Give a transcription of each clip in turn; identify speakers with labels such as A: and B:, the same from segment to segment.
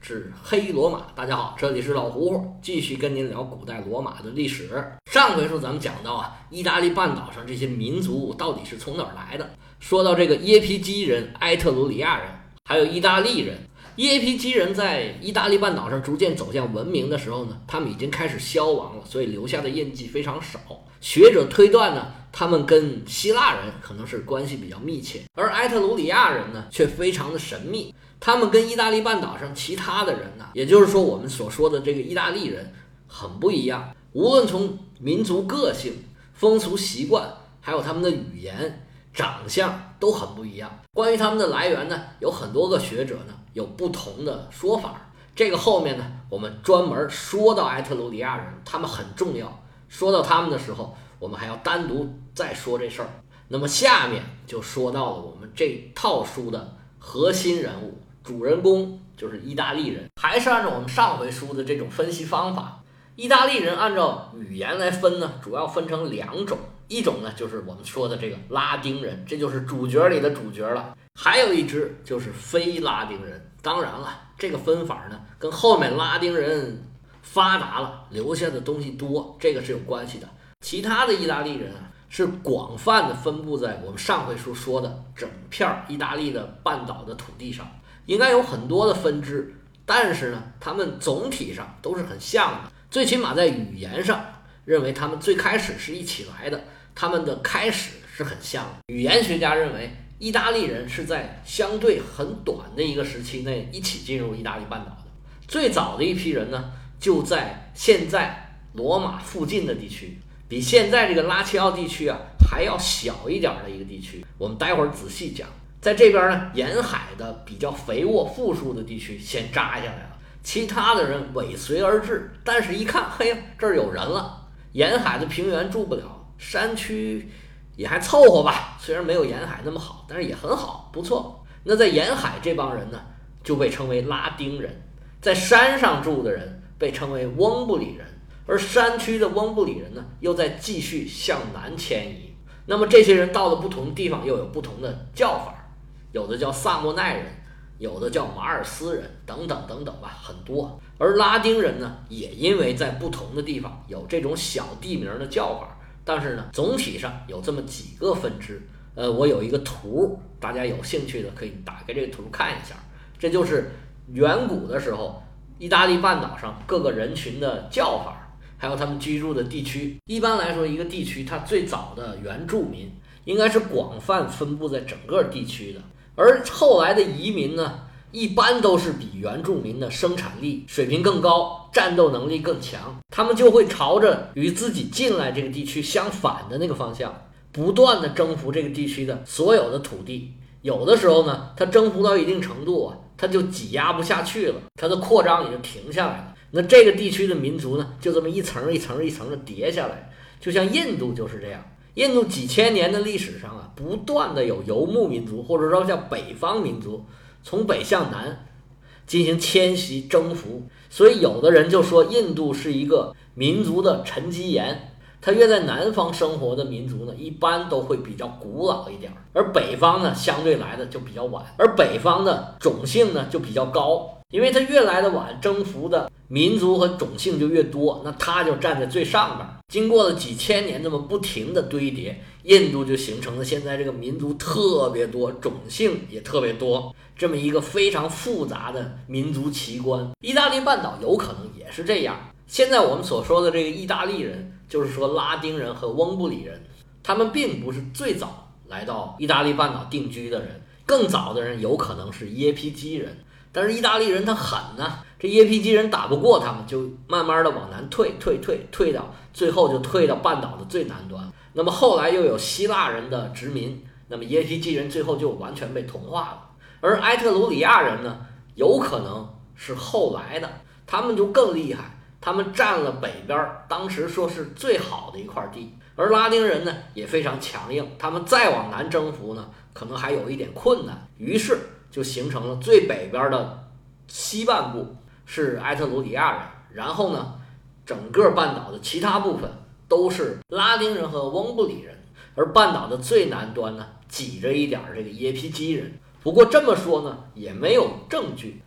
A: 至黑罗马。大家好，这里是老胡胡，继续跟您聊古代罗马的历史。上回书咱们讲到意大利半岛上这些民族到底是从哪儿来的。说到这个耶皮基人、埃特鲁里亚人，还有意大利人。耶皮基人在意大利半岛上逐渐走向文明的时候呢，他们已经开始消亡了，所以留下的印记非常少。学者推断呢，他们跟希腊人可能是关系比较密切，而埃特鲁里亚人呢却非常的神秘。他们跟意大利半岛上其他的人呢，也就是说我们所说的这个意大利人很不一样，无论从民族个性、风俗习惯，还有他们的语言、长相都很不一样。关于他们的来源呢，有很多个学者呢有不同的说法。这个后面呢，我们专门说到埃特鲁里亚人，他们很重要。说到他们的时候，我们还要单独再说这事儿。那么下面就说到了我们这套书的核心人物，主人公就是意大利人。还是按照我们上回书的这种分析方法，意大利人按照语言来分呢，主要分成两种。一种呢就是我们说的这个拉丁人，这就是主角里的主角了。还有一支就是非拉丁人。当然了，这个分法呢跟后面拉丁人发达了留下的东西多，这个是有关系的。其他的意大利人是广泛的分布在我们上回书说的整片意大利的半岛的土地上，应该有很多的分支，但是呢他们总体上都是很像的，最起码在语言上认为他们最开始是一起来的，他们的开始是很像的。语言学家认为意大利人是在相对很短的一个时期内一起进入意大利半岛的。最早的一批人呢就在现在罗马附近的地区，比现在这个拉齐奥地区还要小一点的一个地区，我们待会儿仔细讲。在这边呢，沿海的比较肥沃富庶的地区先扎下来了，其他的人尾随而至，但是一看，嘿，这儿有人了。沿海的平原住不了，山区也还凑合吧，虽然没有沿海那么好，但是也很好，不错。那在沿海这帮人呢就被称为拉丁人，在山上住的人被称为翁布里人，而山区的翁布里人呢又在继续向南迁移。那么这些人到了不同地方又有不同的叫法，有的叫萨莫奈人，有的叫马尔斯人，等等等等吧，很多。而拉丁人呢也因为在不同的地方有这种小地名的叫法，但是呢总体上有这么几个分支。我有一个图，大家有兴趣的可以打开这个图看一下。这就是远古的时候意大利半岛上各个人群的叫法，还有他们居住的地区。一般来说，一个地区它最早的原住民应该是广泛分布在整个地区的，而后来的移民呢一般都是比原住民的生产力水平更高，战斗能力更强，他们就会朝着与自己进来这个地区相反的那个方向不断的征服这个地区的所有的土地。有的时候呢他征服到一定程度他就挤压不下去了，他的扩张也就停下来了。那这个地区的民族呢就这么一层一层一层的叠下来，就像印度就是这样。印度几千年的历史上不断的有游牧民族，或者说叫北方民族，从北向南进行迁徙征服。所以有的人就说印度是一个民族的沉积岩，它越在南方生活的民族呢一般都会比较古老一点，而北方呢相对来的就比较晚，而北方的种姓呢就比较高，因为它越来的晚，征服的民族和种姓就越多，那它就站在最上边。经过了几千年这么不停的堆叠，印度就形成了现在这个民族特别多，种姓也特别多，这么一个非常复杂的民族奇观。意大利半岛有可能也是这样。现在我们所说的这个意大利人，就是说拉丁人和翁布里人，他们并不是最早来到意大利半岛定居的人，更早的人有可能是耶皮基人。但是意大利人他狠呢，这耶皮基人打不过他们，就慢慢的往南退到最后就退到半岛的最南端。那么后来又有希腊人的殖民，那么耶皮基人最后就完全被同化了。而埃特鲁里亚人呢有可能是后来的，他们就更厉害，他们占了北边当时说是最好的一块地。而拉丁人呢也非常强硬，他们再往南征服呢可能还有一点困难，于是就形成了最北边的西半部是埃特鲁里亚人，然后呢整个半岛的其他部分都是拉丁人和翁布里人，而半岛的最南端呢挤着一点这个耶皮基人。不过这么说呢也没有证据，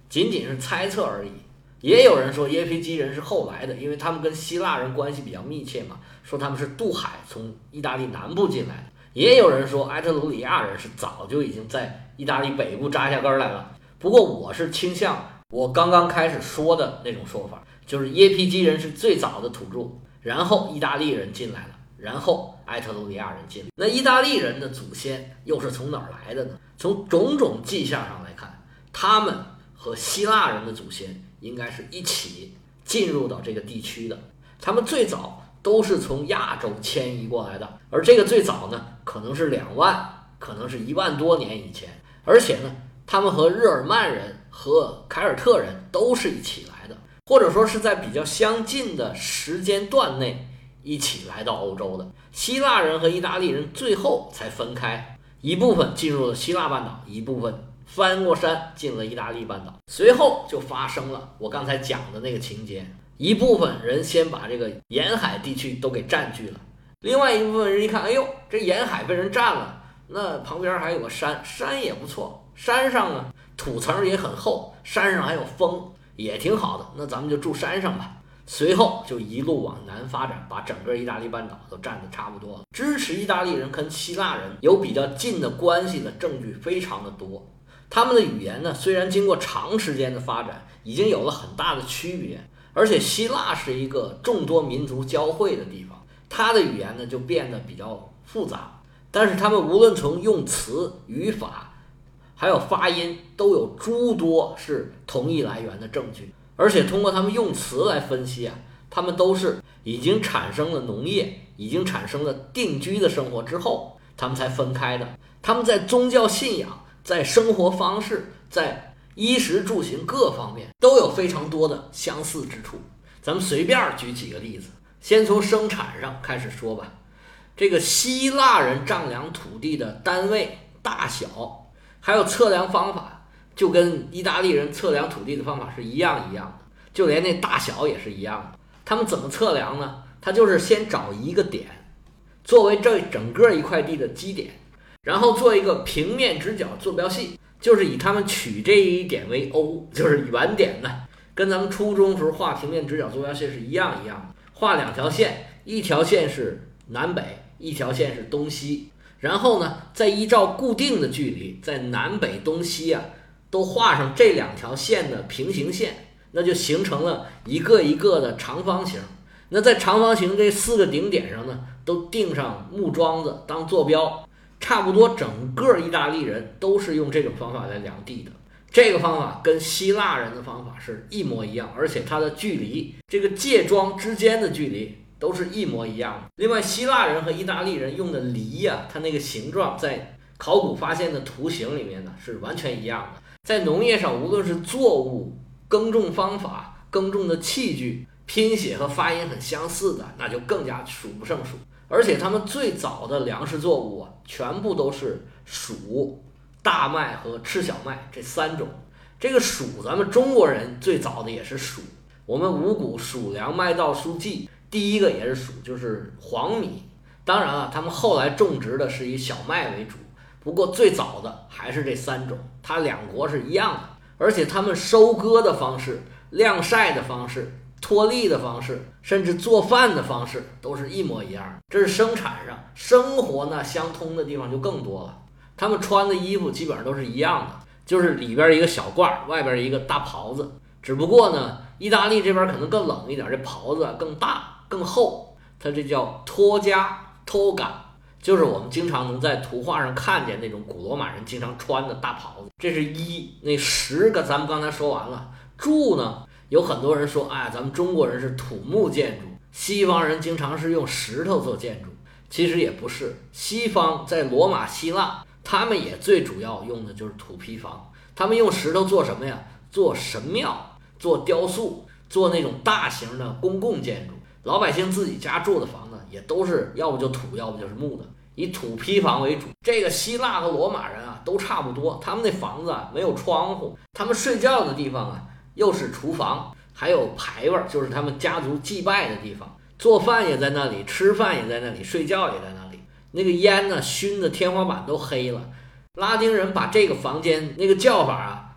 A: 仅仅是猜测而已。也有人说耶皮基人是后来的，因为他们跟希腊人关系比较密切嘛，说他们是渡海从意大利南部进来的。也有人说埃特鲁里亚人是早就已经在意大利北部扎下根来了。不过我是倾向我刚刚开始说的那种说法，就是耶皮基人是最早的土著，然后意大利人进来了，然后埃特鲁里亚人进来。那意大利人的祖先又是从哪儿来的呢？从种种迹象上来看，他们和希腊人的祖先应该是一起进入到这个地区的。他们最早都是从亚洲迁移过来的，而这个最早呢，可能是2万，可能是1万多年以前。而且呢，他们和日耳曼人和凯尔特人都是一起来的，或者说是在比较相近的时间段内一起来到欧洲的。希腊人和意大利人最后才分开，一部分进入了希腊半岛，一部分翻过山进了意大利半岛。随后就发生了我刚才讲的那个情节，一部分人先把这个沿海地区都给占据了，另外一部分人一看，哎呦，这沿海被人占了，那旁边还有个山，山也不错，山上呢土层也很厚，山上还有风，也挺好的，那咱们就住山上吧。随后就一路往南发展，把整个意大利半岛都占得差不多了。支持意大利人跟希腊人有比较近的关系的证据非常的多。他们的语言呢，虽然经过长时间的发展，已经有了很大的区别，而且希腊是一个众多民族交汇的地方，它的语言呢就变得比较复杂。但是他们无论从用词、语法，还有发音，都有诸多是同一来源的证据。而且通过他们用词来分析啊，他们都是已经产生了农业，已经产生了定居的生活之后，他们才分开的。他们在宗教信仰、在生活方式、在衣食住行各方面都有非常多的相似之处。咱们随便举几个例子，先从生产上开始说吧。这个希腊人丈量土地的单位、大小，还有测量方法，就跟意大利人测量土地的方法是一样的，就连那大小也是一样的。他们怎么测量呢？他就是先找一个点作为这整个一块地的基点，然后做一个平面直角坐标系，就是以他们取这一点为 O， 就是原点呢，跟咱们初中时候画平面直角坐标系是一样的，画2条线，一条线是南北，一条线是东西，然后呢再依照固定的距离，在南北东西都画上这2条线的平行线，那就形成了一个一个的长方形。那在长方形这4个顶点上呢，都钉上木桩子当坐标。差不多整个意大利人都是用这种方法来量地的。这个方法跟希腊人的方法是一模一样，而且它的距离，这个界桩之间的距离都是一模一样的。另外，希腊人和意大利人用的犁它那个形状在考古发现的图形里面呢是完全一样的。在农业上，无论是作物、耕种方法、耕种的器具，拼写和发音很相似的，那就更加数不胜数。而且他们最早的粮食作物全部都是黍、大麦和赤小麦这3种。这个黍，咱们中国人最早的也是黍，我们五谷、黍粮、麦稻、黍稷，第一个也是黍，就是黄米。当然了，他们后来种植的是以小麦为主，不过最早的还是这3种，它两国是一样的。而且他们收割的方式、晾晒的方式、脱粒的方式，甚至做饭的方式都是一模一样的。这是生产上。生活呢，相通的地方就更多了。他们穿的衣服基本上都是一样的，就是里边一个小褂，外边一个大袍子。只不过呢，意大利这边可能更冷一点，这袍子更大更厚，它这叫托加 toga， 就是我们经常能在图画上看见那种古罗马人经常穿的大袍子。这是一。那10个咱们刚才说完了。柱呢，有很多人说，咱们中国人是土木建筑，西方人经常是用石头做建筑。其实也不是，西方在罗马、希腊，他们也最主要用的就是土坯房。他们用石头做什么呀？做神庙、做雕塑、做那种大型的公共建筑。老百姓自己家住的房子也都是要不就土，要不就是木的，以土坯房为主。这个希腊和罗马人都差不多，他们那房子没有窗户，他们睡觉的地方又是厨房，还有牌位，就是他们家族祭拜的地方。做饭也在那里，吃饭也在那里，睡觉也在那里。那个烟熏的天花板都黑了。拉丁人把这个房间那个叫法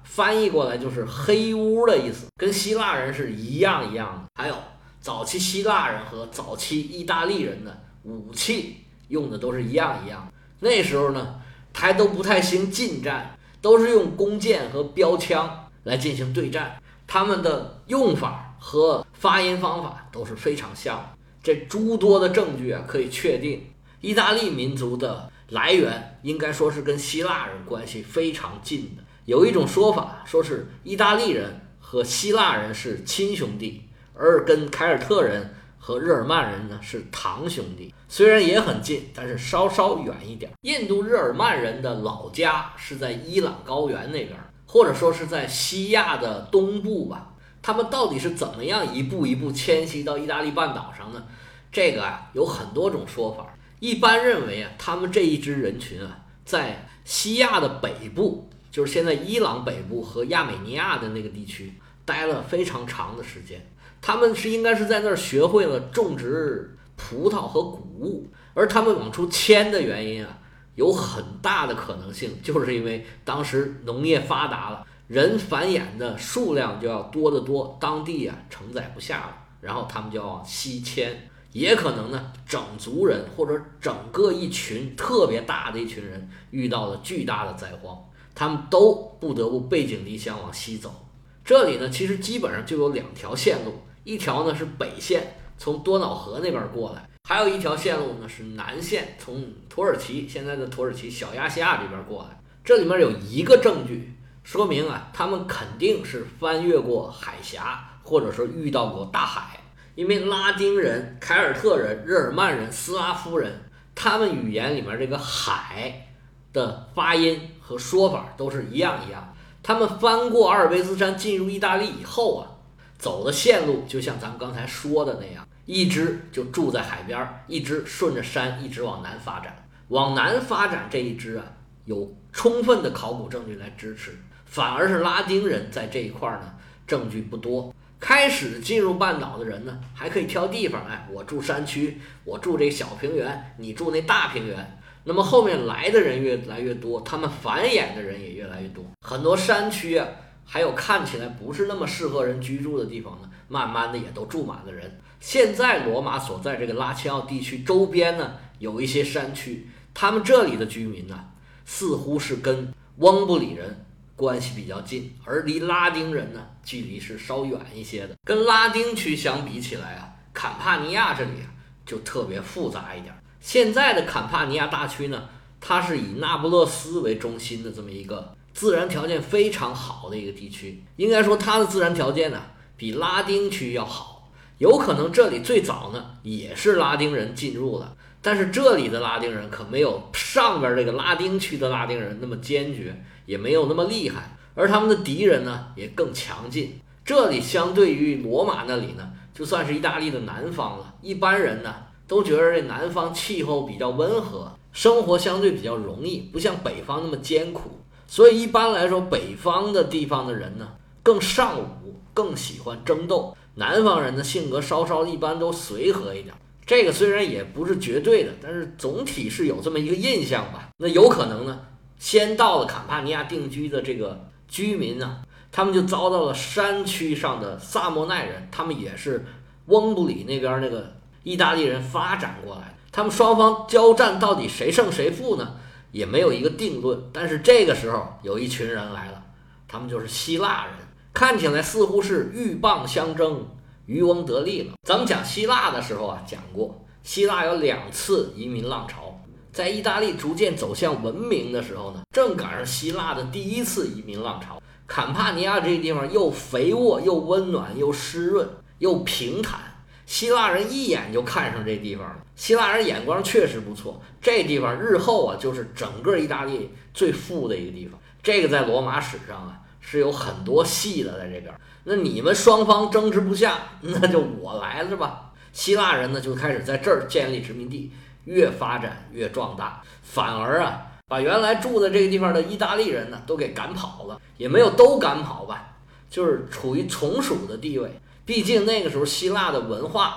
A: 翻译过来就是黑屋的意思，跟希腊人是一样的。还有早期希腊人和早期意大利人的武器用的都是一样的。那时候呢还都不太兴近战，都是用弓箭和标枪来进行对战，他们的用法和发音方法都是非常像的。这诸多的证据可以确定意大利民族的来源应该说是跟希腊人关系非常近的。有一种说法说是意大利人和希腊人是亲兄弟，而跟凯尔特人和日耳曼人呢是堂兄弟，虽然也很近，但是稍稍远一点。印度日耳曼人的老家是在伊朗高原那边，或者说是在西亚的东部吧。他们到底是怎么样一步一步迁徙到意大利半岛上呢？这个有很多种说法。一般认为他们这一支人群在西亚的北部，就是现在伊朗北部和亚美尼亚的那个地区待了非常长的时间。他们应该是在那儿学会了种植葡萄和谷物，而他们往出迁的原因有很大的可能性就是因为当时农业发达了，人繁衍的数量就要多得多，当地承载不下了，然后他们就要往西迁。也可能呢整族人或者整个一群特别大的一群人遇到了巨大的灾荒，他们都不得不背井离乡往西走。这里呢其实基本上就有2条线路，一条呢是北线，从多瑙河那边过来，还有一条线路呢是南线，从土耳其现在的土耳其小亚细亚这边过来。这里面有一个证据说明他们肯定是翻越过海峡，或者说遇到过大海。因为拉丁人、凯尔特人、日耳曼人、斯拉夫人，他们语言里面这个海的发音和说法都是一样。他们翻过阿尔卑斯山进入意大利以后走的线路就像咱们刚才说的那样，一支就住在海边，一支顺着山一直往南发展。往南发展这一支有充分的考古证据来支持，反而是拉丁人在这一块呢证据不多。开始进入半岛的人呢还可以挑地方，我住山区，我住这小平原，你住那大平原。那么后面来的人越来越多，他们繁衍的人也越来越多，很多山区还有看起来不是那么适合人居住的地方呢，慢慢的也都住满了人。现在罗马所在这个拉齐奥地区周边呢有一些山区，他们这里的居民似乎是跟翁布里人关系比较近，而离拉丁人呢距离是稍远一些的。跟拉丁区相比起来坎帕尼亚这里就特别复杂一点。现在的坎帕尼亚大区呢，它是以那不勒斯为中心的这么一个自然条件非常好的一个地区，应该说它的自然条件呢比拉丁区要好。有可能这里最早呢也是拉丁人进入了，但是这里的拉丁人可没有上边这个拉丁区的拉丁人那么坚决，也没有那么厉害，而他们的敌人呢也更强劲。这里相对于罗马那里呢就算是意大利的南方了，一般人呢都觉得这南方气候比较温和，生活相对比较容易，不像北方那么艰苦，所以一般来说北方的地方的人呢更尚武，更喜欢争斗。南方人的性格稍稍一般都随和一点，这个虽然也不是绝对的，但是总体是有这么一个印象吧。那有可能呢先到了坎帕尼亚定居的这个居民呢，他们就遭到了山区上的萨莫奈人，他们也是翁布里那边那个意大利人发展过来的。他们双方交战到底谁胜谁负呢也没有一个定论。但是这个时候有一群人来了，他们就是希腊人，看起来似乎是鹬蚌相争，渔翁得利了。咱们讲希腊的时候讲过，希腊有2次移民浪潮。在意大利逐渐走向文明的时候呢，正赶上希腊的第1次移民浪潮。坎帕尼亚这个地方又肥沃又温暖又湿润又平坦，希腊人一眼就看上这地方了。希腊人眼光确实不错，这地方日后就是整个意大利最富的一个地方。这个在罗马史上是有很多戏的在这边。那你们双方争执不下，那就我来了吧。希腊人呢就开始在这儿建立殖民地，越发展越壮大，反而把原来住的这个地方的意大利人呢都给赶跑了，也没有都赶跑吧，就是处于从属的地位。毕竟那个时候希腊的文化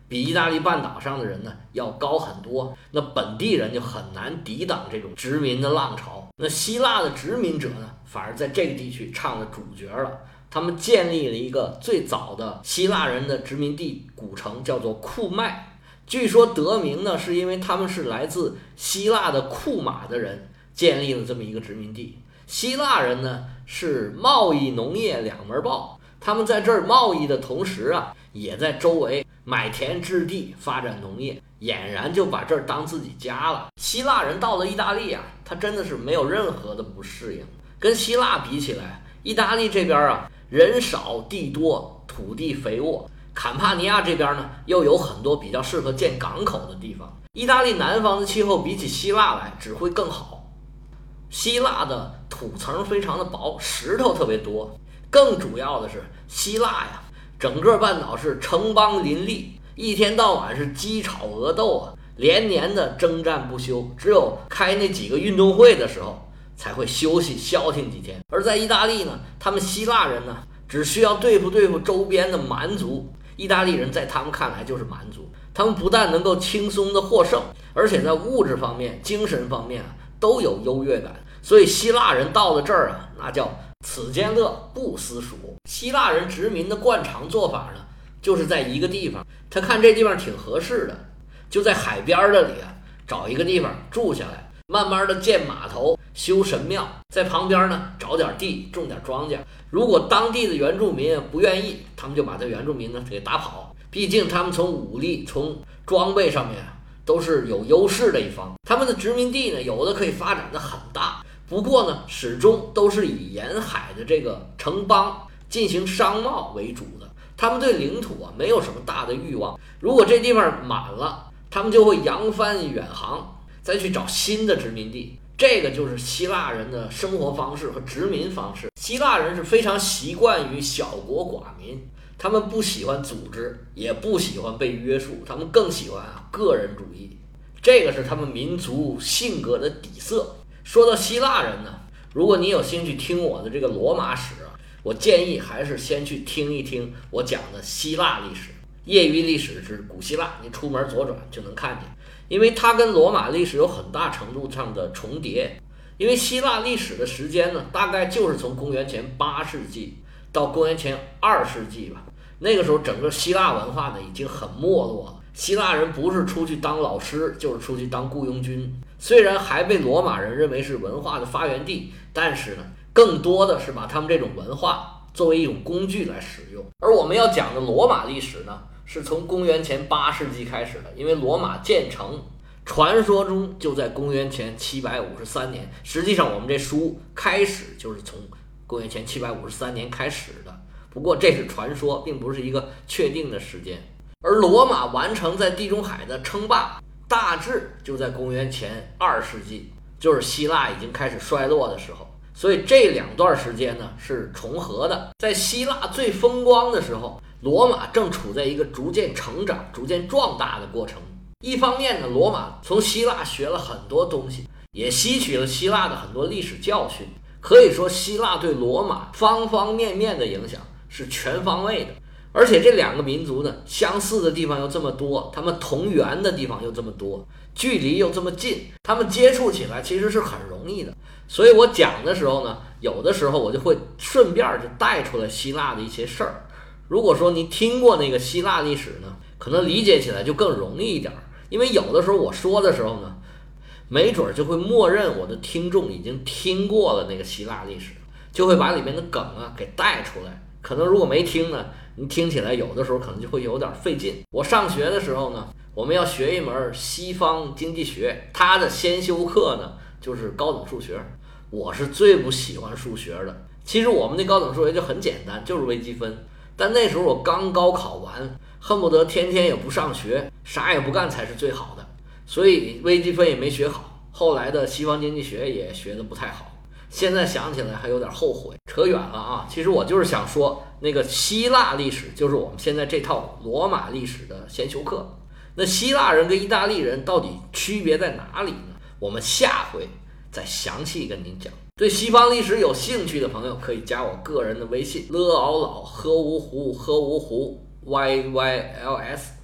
A: 比意大利半岛上的人呢要高很多，那本地人就很难抵挡这种殖民的浪潮。那希腊的殖民者呢，反而在这个地区唱了主角了。他们建立了一个最早的希腊人的殖民地古城，叫做库麦。据说得名呢，是因为他们是来自希腊的库马的人建立了这么一个殖民地。希腊人呢是贸易农业两门报，他们在这儿贸易的同时啊，也在周围买田置地发展农业，俨然就把这儿当自己家了。希腊人到了意大利啊，他真的是没有任何的不适应。跟希腊比起来，意大利这边啊人少地多，土地肥沃。坎帕尼亚这边呢又有很多比较适合建港口的地方。意大利南方的气候比起希腊来只会更好。希腊的土层非常的薄，石头特别多，更主要的是希腊呀整个半岛是城邦林立，一天到晚是鸡吵鹅斗啊，连年的征战不休，只有开那几个运动会的时候才会休息消停几天。而在意大利呢，他们希腊人呢只需要对付周边的蛮族，意大利人在他们看来就是蛮族，他们不但能够轻松的获胜，而且在物质方面精神方面都有优越感。所以希腊人到了这儿啊，那叫此间乐不思蜀。希腊人殖民的惯常做法呢，就是在一个地方，他看这地方挺合适的，就在海边的里啊找一个地方住下来，慢慢的建码头修神庙，在旁边呢找点地种点庄稼。如果当地的原住民不愿意，他们就把这原住民呢给打跑，毕竟他们从武力从装备上面都是有优势的一方。他们的殖民地呢有的可以发展的很大，不过呢始终都是以沿海的这个城邦进行商贸为主的，他们对领土没有什么大的欲望。如果这地方满了，他们就会扬帆远航，再去找新的殖民地。这个就是希腊人的生活方式和殖民方式。希腊人是非常习惯于小国寡民，他们不喜欢组织，也不喜欢被约束，他们更喜欢个人主义，这个是他们民族性格的底色。说到希腊人呢，如果你有兴趣听我的这个罗马史我建议还是先去听一听我讲的希腊历史。业余历史之古希腊，你出门左转就能看见，因为它跟罗马历史有很大程度上的重叠。因为希腊历史的时间呢，大概就是从公元前8世纪到公元前2世纪吧。那个时候整个希腊文化呢已经很没落了，希腊人不是出去当老师，就是出去当雇佣军。虽然还被罗马人认为是文化的发源地，但是呢更多的是把他们这种文化作为一种工具来使用。而我们要讲的罗马历史呢，是从公元前8世纪开始的，因为罗马建成传说中就在公元前753年，实际上我们这书开始就是从公元前753年开始的，不过这是传说，并不是一个确定的时间。而罗马完成在地中海的称霸大致就在公元前2世纪，就是希腊已经开始衰落的时候。所以这两段时间呢是重合的。在希腊最风光的时候，罗马正处在一个逐渐成长逐渐壮大的过程。一方面呢，罗马从希腊学了很多东西，也吸取了希腊的很多历史教训，可以说希腊对罗马方方面面的影响是全方位的。而且这两个民族呢，相似的地方又这么多，他们同源的地方又这么多，距离又这么近，他们接触起来其实是很容易的。所以我讲的时候呢，有的时候我就会顺便就带出来希腊的一些事儿。如果说你听过那个希腊历史呢，可能理解起来就更容易一点，因为有的时候我说的时候呢，没准就会默认我的听众已经听过了那个希腊历史，就会把里面的梗给带出来。可能如果没听呢，你听起来有的时候可能就会有点费劲。我上学的时候呢，我们要学一门西方经济学，它的先修课呢就是高等数学。我是最不喜欢数学的，其实我们那高等数学就很简单，就是微积分。但那时候我刚高考完，恨不得天天也不上学，啥也不干才是最好的，所以微积分也没学好，后来的西方经济学也学得不太好。现在想起来还有点后悔。扯远了啊，其实我就是想说，那个希腊历史就是我们现在这套罗马历史的先修课。那希腊人跟意大利人到底区别在哪里呢？我们下回再详细跟您讲。对西方历史有兴趣的朋友可以加我个人的微信 了嗷老喝芜湖YYLS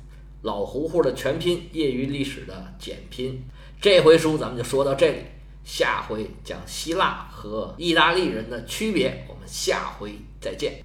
A: 老胡胡的全拼，业余历史的简拼。这回书咱们就说到这里，下回讲希腊和意大利人的区别，我们下回再见。